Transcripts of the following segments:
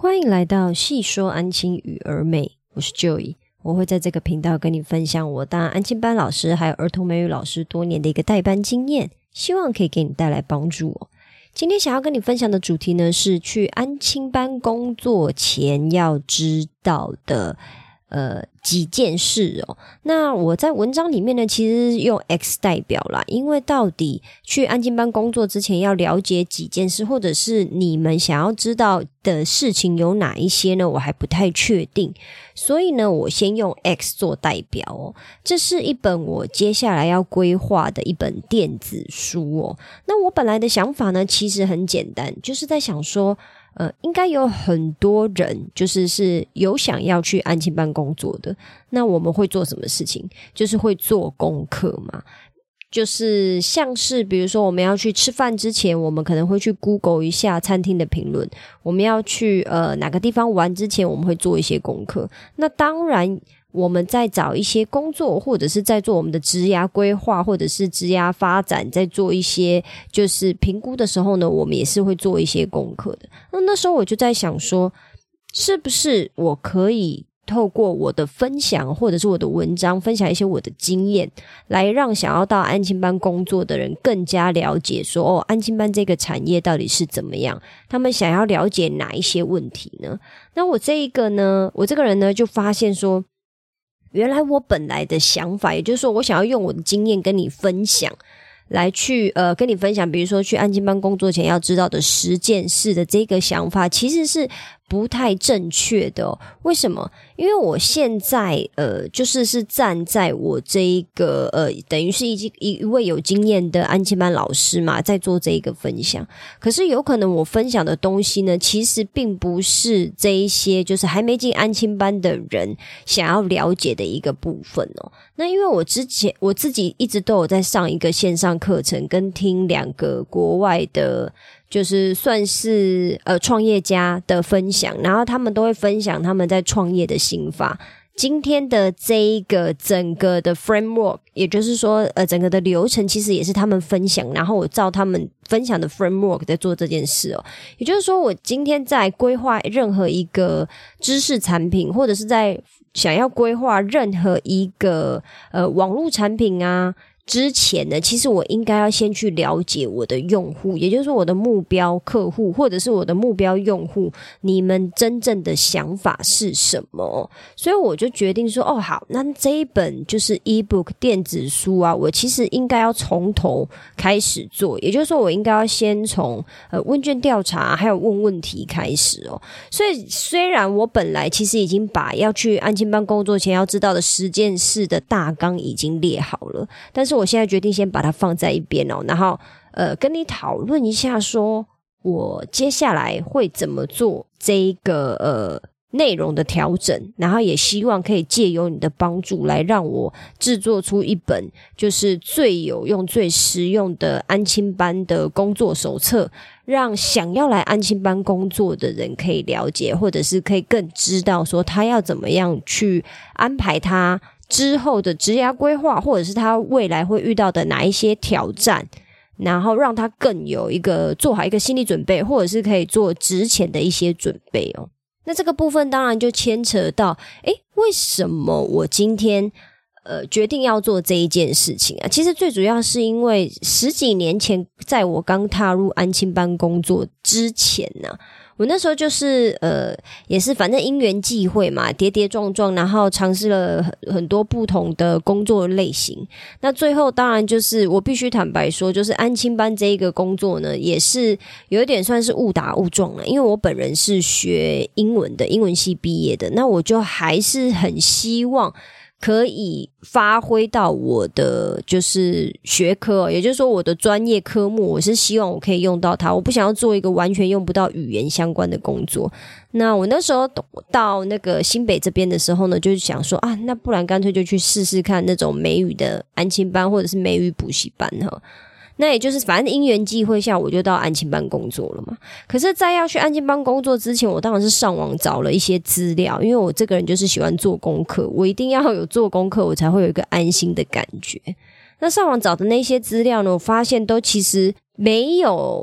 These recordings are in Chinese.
欢迎来到细说安亲与儿美，我是 Joey， 我会在这个频道跟你分享我当安亲班老师还有儿童美语老师多年的一个带班经验，希望可以给你带来帮助哦。今天想要跟你分享的主题呢，是去安亲班工作前要知道的几件事哦。那我在文章里面呢，其实用 X 代表啦，因为到底去安亲班工作之前要了解几件事，或者是你们想要知道的事情有哪一些呢，我还不太确定，所以呢我先用 X 做代表哦。这是一本我接下来要规划的一本电子书哦。那我本来的想法呢，其实很简单，就是在想说应该有很多人是有想要去安亲班工作的，那我们会做什么事情？就是会做功课嘛，就是像是比如说我们要去吃饭之前，我们可能会去 Google 一下餐厅的评论，我们要去哪个地方玩之前，我们会做一些功课。那当然我们在找一些工作，或者是在做我们的职涯规划，或者是职涯发展，在做一些就是评估的时候呢，我们也是会做一些功课的。那时候我就在想说，是不是我可以透过我的分享，或者是我的文章，分享一些我的经验，来让想要到安亲班工作的人更加了解说，安亲班这个产业到底是怎么样，他们想要了解哪一些问题呢？那我这个人呢就发现说，原来我本来的想法，也就是说我想要用我的经验跟你分享，来去跟你分享，比如说去安亲班工作前要知道的10件事的这个想法，其实是不太正确的哦。为什么？因为我现在是站在我这一个等于是一位有经验的安亲班老师嘛，在做这一个分享。可是有可能我分享的东西呢，其实并不是这一些就是还没进安亲班的人想要了解的一个部分哦。那因为我自己一直都有在上一个线上课程，跟听2个国外的就是算是创业家的分享，然后他们都会分享他们在创业的心法。今天的这一个整个的 framework， 也就是说整个的流程其实也是他们分享，然后我照他们分享的 framework 在做这件事哦。也就是说我今天在规划任何一个知识产品，或者是在想要规划任何一个网络产品啊之前呢，其实我应该要先去了解我的用户，也就是说我的目标客户，或者是我的目标用户，你们真正的想法是什么。所以我就决定说，好，那这一本就是 ebook 电子书啊，我其实应该要从头开始做，也就是说我应该要先从问卷调查还有问问题开始哦。所以虽然我本来其实已经把要去安亲班工作前要知道的10件事的大纲已经列好了，但是我现在决定先把它放在一边哦，然后跟你讨论一下说我接下来会怎么做这一个内容的调整，然后也希望可以借由你的帮助来让我制作出一本就是最有用最实用的安亲班的工作手册，让想要来安亲班工作的人可以了解，或者是可以更知道说他要怎么样去安排他之后的职业规划，或者是他未来会遇到的哪一些挑战，然后让他更有一个做好一个心理准备，或者是可以做职前的一些准备哦。那这个部分当然就牵扯到为什么我今天决定要做这一件事情啊？其实最主要是因为10几年前，在我刚踏入安亲班工作之前呢，我那时候就是也是反正因缘际会嘛，跌跌撞撞，然后尝试了很多不同的工作类型。那最后当然就是我必须坦白说，就是安亲班这一个工作呢，也是有一点算是误打误撞了。因为我本人是学英文的，英文系毕业的，那我就还是很希望可以发挥到我的就是学科，也就是说我的专业科目，我是希望我可以用到它，我不想要做一个完全用不到语言相关的工作。那我那时候到那个新北这边的时候呢，就是想说那不然干脆就去试试看那种美语的安亲班，或者是美语补习班哈。那也就是反正因缘际会下，我就到安亲班工作了嘛。可是在要去安亲班工作之前，我当然是上网找了一些资料，因为我这个人就是喜欢做功课，我一定要有做功课，我才会有一个安心的感觉。那上网找的那些资料呢，我发现都其实没有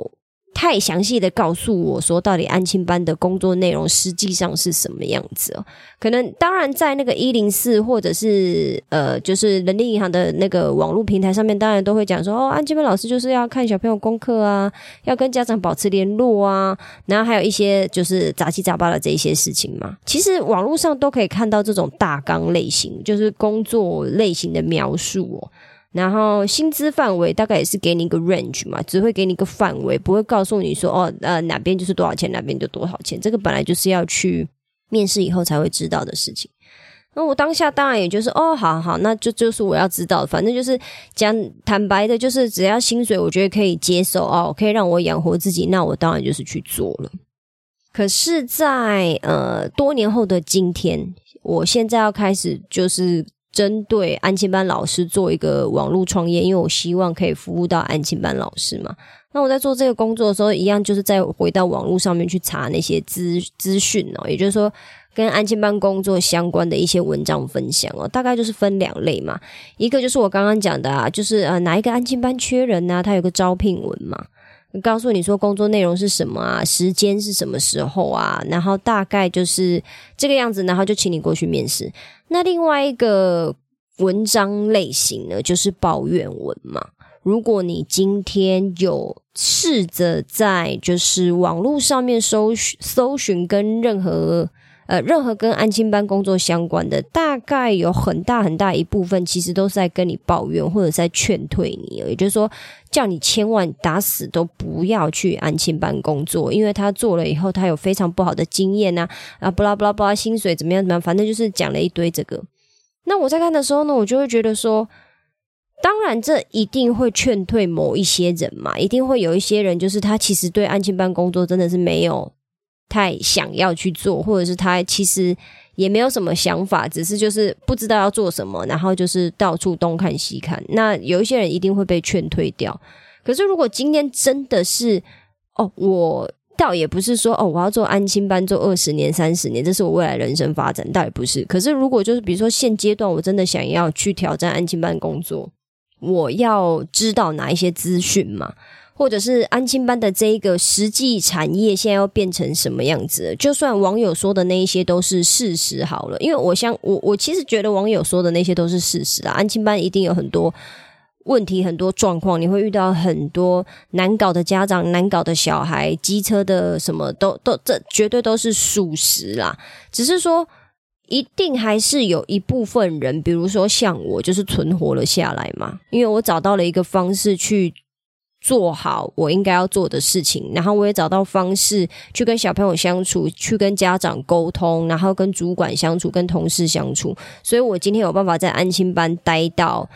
太详细的告诉我说到底安亲班的工作内容实际上是什么样子哦。可能当然在那个104或者是就是人力银行的那个网络平台上面，当然都会讲说安亲班老师就是要看小朋友功课啊，要跟家长保持联络啊，然后还有一些就是杂七杂八的这一些事情嘛。其实网络上都可以看到这种大纲类型，就是工作类型的描述哦。然后薪资范围大概也是给你一个 range 嘛，只会给你一个范围，不会告诉你说哪边就是多少钱，哪边就多少钱。这个本来就是要去面试以后才会知道的事情。那我当下当然也就是好，那就是我要知道的，反正就是讲坦白的，就是只要薪水我觉得可以接受可以让我养活自己，那我当然就是去做了。可是在多年后的今天，我现在要开始就是针对安亲班老师做一个网络创业，因为我希望可以服务到安亲班老师嘛。那我在做这个工作的时候，一样就是再回到网络上面去查那些资讯也就是说跟安亲班工作相关的一些文章分享大概就是分2类嘛。一个就是我刚刚讲的就是哪一个安亲班缺人它有个招聘文嘛，告诉你说工作内容是什么时间是什么时候然后大概就是这个样子，然后就请你过去面试。那另外一个文章类型呢，就是抱怨文嘛。如果你今天有试着在就是网络上面搜寻跟任何跟安亲班工作相关的，大概有很大一部分其实都是在跟你抱怨或者是在劝退你，也就是说叫你千万打死都不要去安亲班工作，因为他做了以后他有非常不好的经验不啦不啦不啦，薪水怎么样，反正就是讲了一堆这个。那我在看的时候呢，我就会觉得说，当然这一定会劝退某一些人嘛，一定会有一些人就是他其实对安亲班工作真的是没有太想要去做，或者是他其实也没有什么想法，只是就是不知道要做什么，然后就是到处东看西看。那有一些人一定会被劝退掉。可是如果今天真的是我倒也不是说我要做安亲班做20年30年，这是我未来人生发展，倒也不是。可是如果就是比如说现阶段我真的想要去挑战安亲班工作，我要知道哪一些资讯嘛，或者是安亲班的这一个实际产业现在要变成什么样子了，就算网友说的那一些都是事实好了，因为我其实觉得网友说的那些都是事实安亲班一定有很多问题，很多状况，你会遇到很多难搞的家长，难搞的小孩，机车的什么都这绝对都是属实啦。只是说一定还是有一部分人，比如说像我就是存活了下来嘛，因为我找到了一个方式去做好我应该要做的事情，然后我也找到方式去跟小朋友相处，去跟家长沟通，然后跟主管相处，跟同事相处，所以我今天有办法在安亲班待到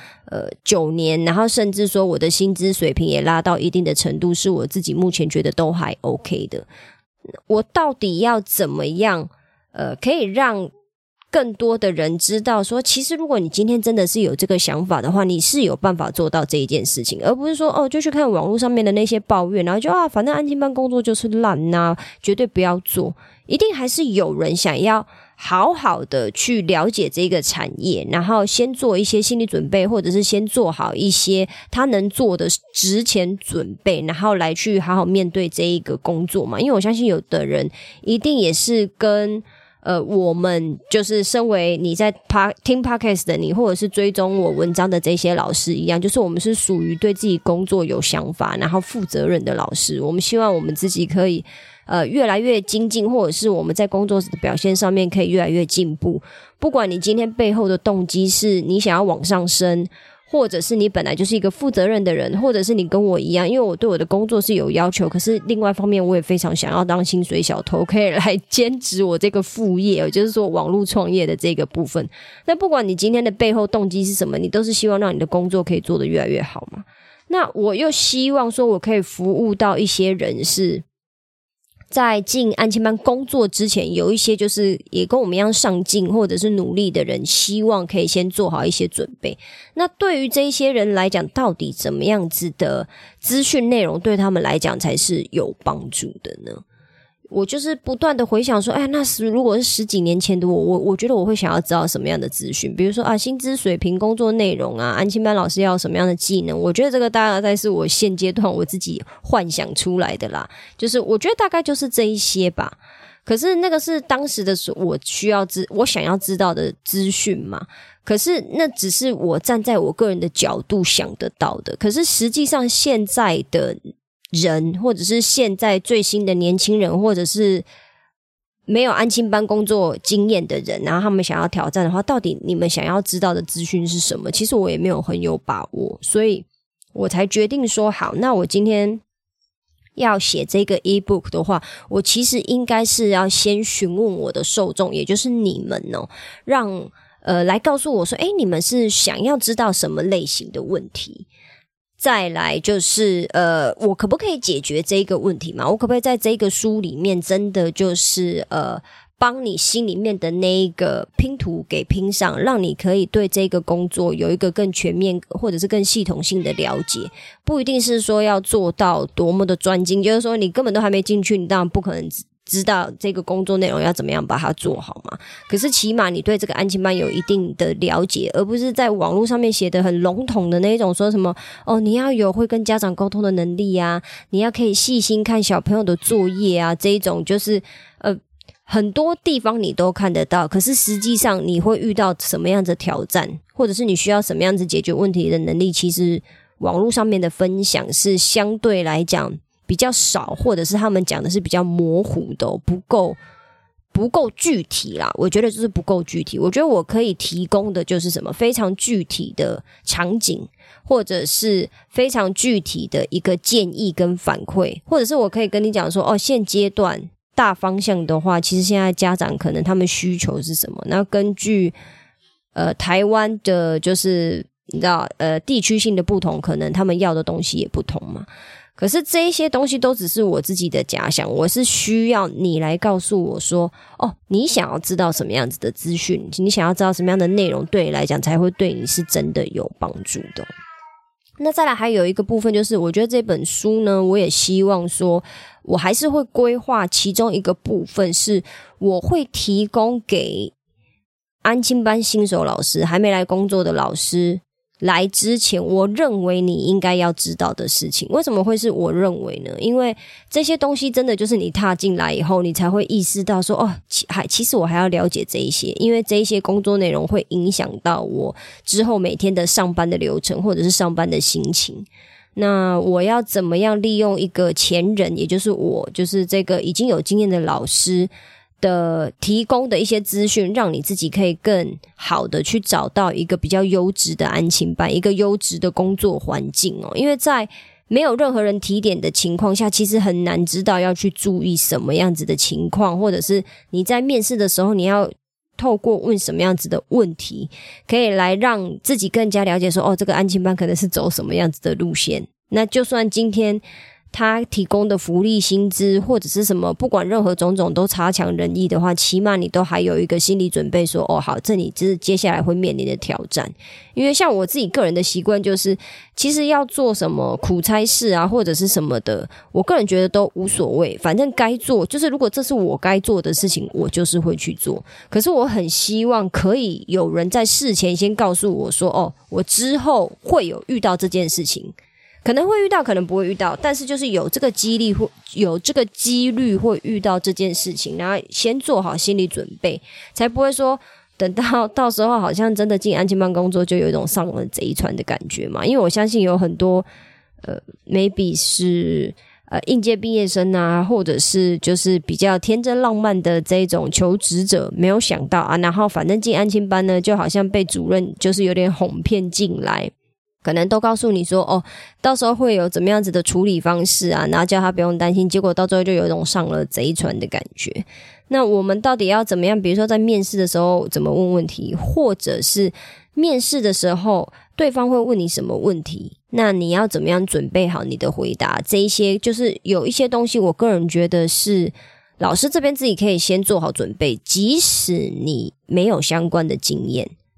9年，然后甚至说我的薪资水平也拉到一定的程度，是我自己目前觉得都还 OK 的。我到底要怎么样可以让更多的人知道说，其实如果你今天真的是有这个想法的话，你是有办法做到这一件事情，而不是说就去看网络上面的那些抱怨，然后就反正安亲班工作就是烂绝对不要做。一定还是有人想要好好的去了解这个产业，然后先做一些心理准备，或者是先做好一些他能做的职前准备，然后来去好好面对这一个工作嘛。因为我相信有的人一定也是跟我们就是身为你在听 podcast 的你，或者是追踪我文章的这些老师一样，就是我们是属于对自己工作有想法然后负责任的老师。我们希望我们自己可以越来越精进，或者是我们在工作的表现上面可以越来越进步。不管你今天背后的动机是你想要往上升，或者是你本来就是一个负责任的人，或者是你跟我一样，因为我对我的工作是有要求，可是另外一方面我也非常想要当薪水小偷，可以来兼职我这个副业，也就是说网络创业的这个部分。那不管你今天的背后动机是什么，你都是希望让你的工作可以做得越来越好嘛。那我又希望说我可以服务到一些人是在进安亲班工作之前，有一些就是也跟我们一样上进或者是努力的人，希望可以先做好一些准备。那对于这一些人来讲，到底怎么样子的资讯内容对他们来讲才是有帮助的呢？ 我就是不断的回想说，哎，那如果是10几年前的我觉得我会想要知道什么样的资讯，比如说薪资水平、工作内容啊，安亲班老师要什么样的技能，我觉得这个大概是我现阶段我自己幻想出来的啦，就是我觉得大概就是这一些吧。可是那个是当时的我想要知道的资讯嘛，可是那只是我站在我个人的角度想得到的，可是实际上现在的人，或者是现在最新的年轻人，或者是没有安亲班工作经验的人，然后他们想要挑战的话，到底你们想要知道的资讯是什么？其实我也没有很有把握，所以我才决定说好，那我今天要写这个 ebook 的话，我其实应该是要先询问我的受众，也就是你们让来告诉我说，你们是想要知道什么类型的问题？再来就是我可不可以解决这个问题嘛？我可不可以在这个书里面真的就是帮你心里面的那一个拼图给拼上，让你可以对这个工作有一个更全面或者是更系统性的了解，不一定是说要做到多么的专精，就是说你根本都还没进去，你当然不可能知道这个工作内容要怎么样把它做好嘛。可是起码你对这个安亲班有一定的了解，而不是在网络上面写的很笼统的那种，说什么你要有会跟家长沟通的能力啊，你要可以细心看小朋友的作业啊，这一种就是很多地方你都看得到，可是实际上你会遇到什么样子的挑战，或者是你需要什么样子解决问题的能力，其实网络上面的分享是相对来讲比较少，或者是他们讲的是比较模糊的不够具体啦。我觉得就是不够具体，我觉得我可以提供的就是什么非常具体的场景，或者是非常具体的一个建议跟反馈，或者是我可以跟你讲说现阶段大方向的话，其实现在家长可能他们需求是什么，那根据台湾的就是你知道地区性的不同，可能他们要的东西也不同嘛。可是这一些东西都只是我自己的假想，我是需要你来告诉我说你想要知道什么样子的资讯，你想要知道什么样的内容，对你来讲才会对你是真的有帮助的。那再来还有一个部分，就是我觉得这本书呢，我也希望说我还是会规划其中一个部分，是我会提供给安亲班新手老师，还没来工作的老师来之前，我认为你应该要知道的事情。为什么会是我认为呢？因为这些东西真的就是你踏进来以后，你才会意识到说其实我还要了解这一些，因为这一些工作内容会影响到我之后每天的上班的流程，或者是上班的心情。那我要怎么样利用一个前人，也就是我，就是这个已经有经验的老师的提供的一些资讯，让你自己可以更好的去找到一个比较优质的安亲班，一个优质的工作环境因为在没有任何人提点的情况下，其实很难知道要去注意什么样子的情况，或者是你在面试的时候，你要透过问什么样子的问题，可以来让自己更加了解说这个安亲班可能是走什么样子的路线。那就算今天他提供的福利薪资或者是什么，不管任何种种都差强人意的话，起码你都还有一个心理准备说好，这里就是接下来会面临的挑战。因为像我自己个人的习惯就是其实要做什么苦差事啊或者是什么的，我个人觉得都无所谓，反正该做就是如果这是我该做的事情，我就是会去做。可是我很希望可以有人在事前先告诉我说我之后会有遇到这件事情，可能会遇到可能不会遇到，但是就是有这个几率会遇到这件事情，然后先做好心理准备，才不会说等到时候好像真的进安亲班工作就有一种上了贼船的感觉嘛。因为我相信有很多maybe 是应届毕业生啊，或者是就是比较天真浪漫的这种求职者，没有想到然后反正进安亲班呢就好像被主任就是有点哄骗进来，可能都告诉你说到时候会有怎么样子的处理方式啊，然后叫他不用担心，结果到最后就有一种上了贼船的感觉。那我们到底要怎么样，比如说在面试的时候怎么问问题，或者是面试的时候对方会问你什么问题，那你要怎么样准备好你的回答，这一些就是有一些东西我个人觉得是老师这边自己可以先做好准备，即使你没有相关的经验，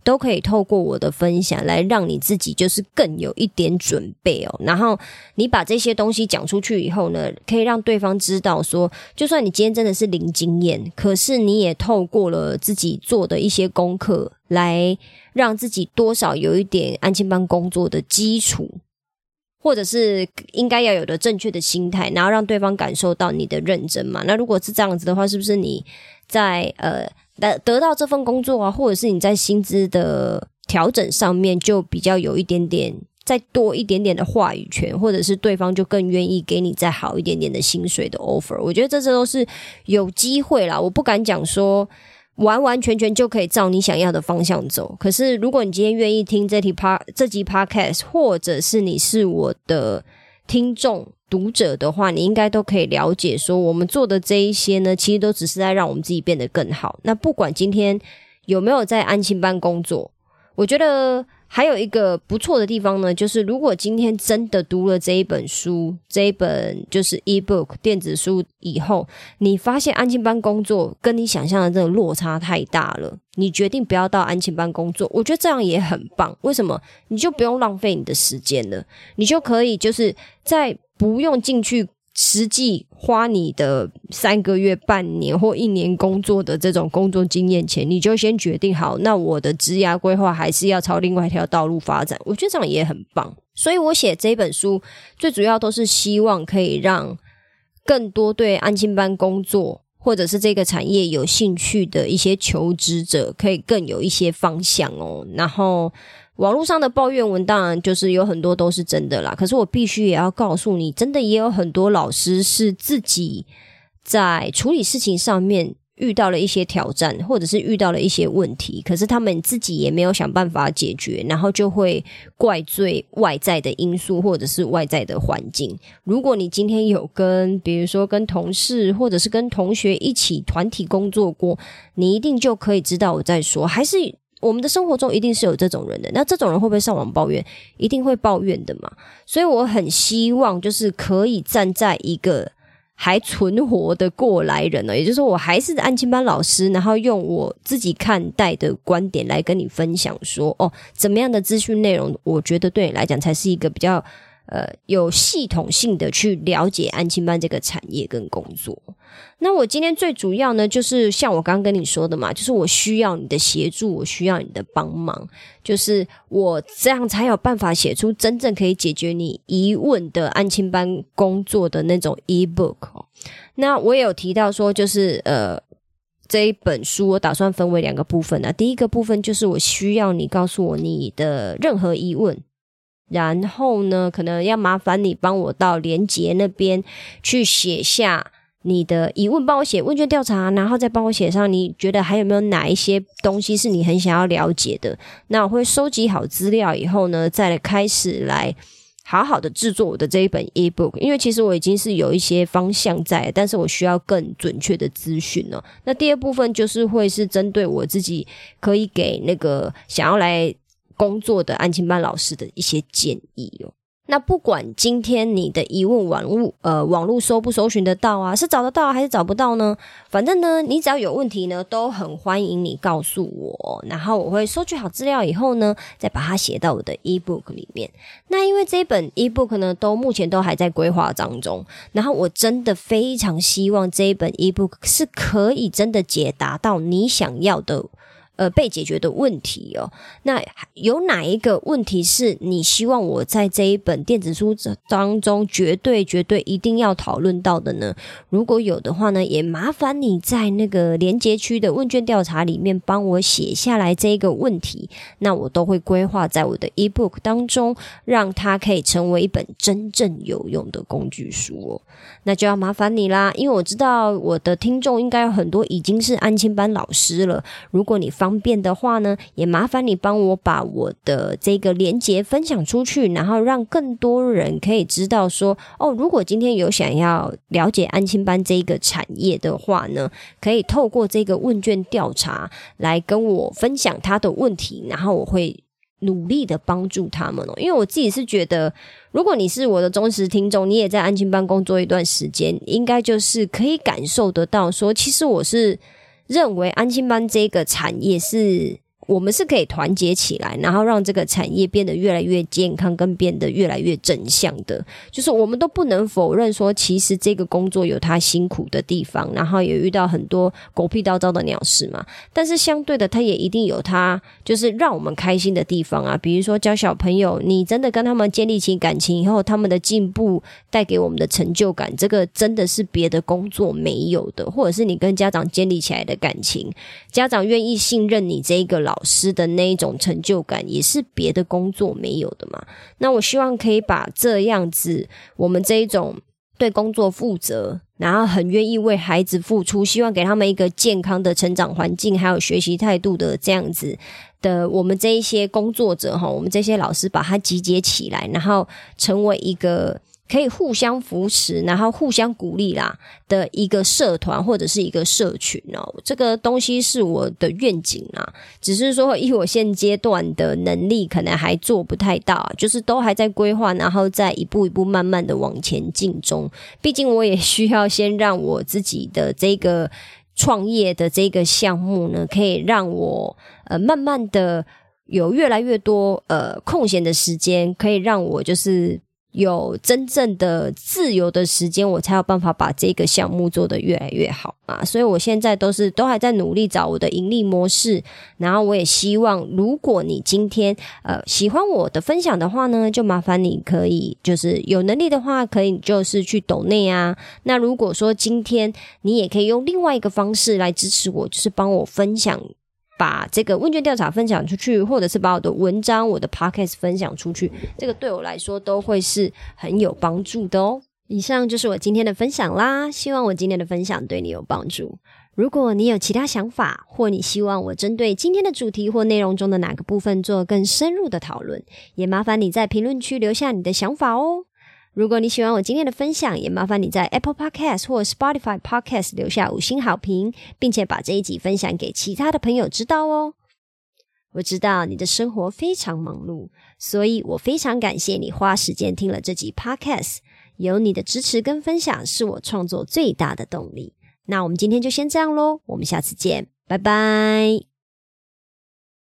都可以透过我的分享来让你自己就是更有一点准备哦。然后你把这些东西讲出去以后呢，可以让对方知道说，就算你今天真的是零经验，可是你也透过了自己做的一些功课来让自己多少有一点安亲班工作的基础，或者是应该要有的正确的心态，然后让对方感受到你的认真嘛。那如果是这样子的话，是不是你在得到这份工作啊，或者是你在薪资的调整上面就比较有一点点再多一点点的话语权，或者是对方就更愿意给你再好一点点的薪水的 offer。 我觉得这都是有机会啦，我不敢讲说完完全全就可以照你想要的方向走，可是如果你今天愿意听这集 podcast， 或者是你是我的听众读者的话，你应该都可以了解说，我们做的这一些呢，其实都只是在让我们自己变得更好。那不管今天有没有在安亲班工作，我觉得还有一个不错的地方呢，就是如果今天真的读了这一本书，这一本就是 ebook 电子书以后，你发现安亲班工作跟你想象的这个落差太大了，你决定不要到安亲班工作，我觉得这样也很棒。为什么？你就不用浪费你的时间了，你就可以就是在不用进去实际花你的3个月、半年或1年工作的这种工作经验前，你就先决定好，那我的职涯规划还是要朝另外一条道路发展，我觉得这样也很棒。所以我写这本书最主要都是希望可以让更多对安亲班工作或者是这个产业有兴趣的一些求职者可以更有一些方向哦。然后网络上的抱怨文当然就是有很多都是真的啦，可是我必须也要告诉你，真的也有很多老师是自己在处理事情上面遇到了一些挑战，或者是遇到了一些问题，可是他们自己也没有想办法解决，然后就会怪罪外在的因素或者是外在的环境。如果你今天有比如说跟同事或者是跟同学一起团体工作过，你一定就可以知道我在说，还是我们的生活中一定是有这种人的。那这种人会不会上网抱怨？一定会抱怨的嘛。所以我很希望就是可以站在一个还存活的过来人呢，也就是说我还是安亲班老师，然后用我自己看待的观点来跟你分享说，怎么样的资讯内容我觉得对你来讲才是一个比较有系统性的去了解安亲班这个产业跟工作。那我今天最主要呢，就是像我刚刚跟你说的嘛，就是我需要你的协助，我需要你的帮忙，就是我这样才有办法写出真正可以解决你疑问的安亲班工作的那种 ebook。 那我也有提到说，就是这一本书我打算分为2个部分啊。第一个部分就是我需要你告诉我你的任何疑问，然后呢可能要麻烦你帮我到连结那边去写下你的疑问，帮我写问卷调查，然后再帮我写上你觉得还有没有哪一些东西是你很想要了解的。那我会收集好资料以后呢，再来开始来好好的制作我的这一本 ebook。 因为其实我已经是有一些方向在，但是我需要更准确的资讯哦。那第二部分就是会是针对我自己可以给那个想要来工作的安亲班老师的一些建议哦。那不管今天你的疑问网络搜不搜寻得到啊，是找得到还是找不到呢？反正呢，你只要有问题呢，都很欢迎你告诉我，然后我会收集好资料以后呢，再把它写到我的 ebook 里面。那因为这一本 ebook 呢，目前都还在规划当中，然后我真的非常希望这一本 ebook 是可以真的解答到你想要的被解决的问题哦。那有哪一个问题是你希望我在这一本电子书当中绝对一定要讨论到的呢？如果有的话呢，也麻烦你在那个连结区的问卷调查里面帮我写下来这一个问题，那我都会规划在我的 ebook 当中，让它可以成为一本真正有用的工具书哦。那就要麻烦你啦，因为我知道我的听众应该有很多已经是安亲班老师了，如果你方便的话呢，也麻烦你帮我把我的这个连结分享出去，然后让更多人可以知道说，如果今天有想要了解安亲班这个产业的话呢，可以透过这个问卷调查来跟我分享他的问题，然后我会努力的帮助他们哦。因为我自己是觉得，如果你是我的忠实听众，你也在安亲班工作一段时间，应该就是可以感受得到说，其实我是认为安亲班这个产业是我们是可以团结起来，然后让这个产业变得越来越健康跟变得越来越正向的。就是我们都不能否认说其实这个工作有它辛苦的地方，然后也遇到很多狗屁倒灶的鸟事嘛，但是相对的它也一定有它就是让我们开心的地方啊。比如说教小朋友，你真的跟他们建立起感情以后，他们的进步带给我们的成就感，这个真的是别的工作没有的。或者是你跟家长建立起来的感情，家长愿意信任你这个老师的那一种成就感，也是别的工作没有的嘛。那我希望可以把这样子我们这一种对工作负责，然后很愿意为孩子付出，希望给他们一个健康的成长环境还有学习态度的这样子的我们这一些工作者，我们这些老师把它集结起来，然后成为一个可以互相扶持然后互相鼓励啦的一个社团或者是一个社群哦。这个东西是我的愿景啦，只是说以我现阶段的能力可能还做不太到，就是都还在规划，然后再一步一步慢慢的往前进中。毕竟我也需要先让我自己的这个创业的这个项目呢，可以让我慢慢的有越来越多空闲的时间，可以让我就是有真正的自由的时间，我才有办法把这个项目做得越来越好啊。所以我现在都还在努力找我的盈利模式，然后我也希望如果你今天喜欢我的分享的话呢，就麻烦你可以就是有能力的话可以就是去抖内啊。那如果说今天你也可以用另外一个方式来支持我，就是帮我分享，把这个问卷调查分享出去，或者是把我的文章我的 podcast 分享出去，这个对我来说都会是很有帮助的哦。以上就是我今天的分享啦，希望我今天的分享对你有帮助。如果你有其他想法，或你希望我针对今天的主题或内容中的哪个部分做更深入的讨论，也麻烦你在评论区留下你的想法哦。如果你喜欢我今天的分享，也麻烦你在 Apple Podcast 或 Spotify Podcast 留下5星好评，并且把这一集分享给其他的朋友知道哦。我知道你的生活非常忙碌，所以我非常感谢你花时间听了这集 Podcast， 有你的支持跟分享是我创作最大的动力。那我们今天就先这样咯，我们下次见，拜拜。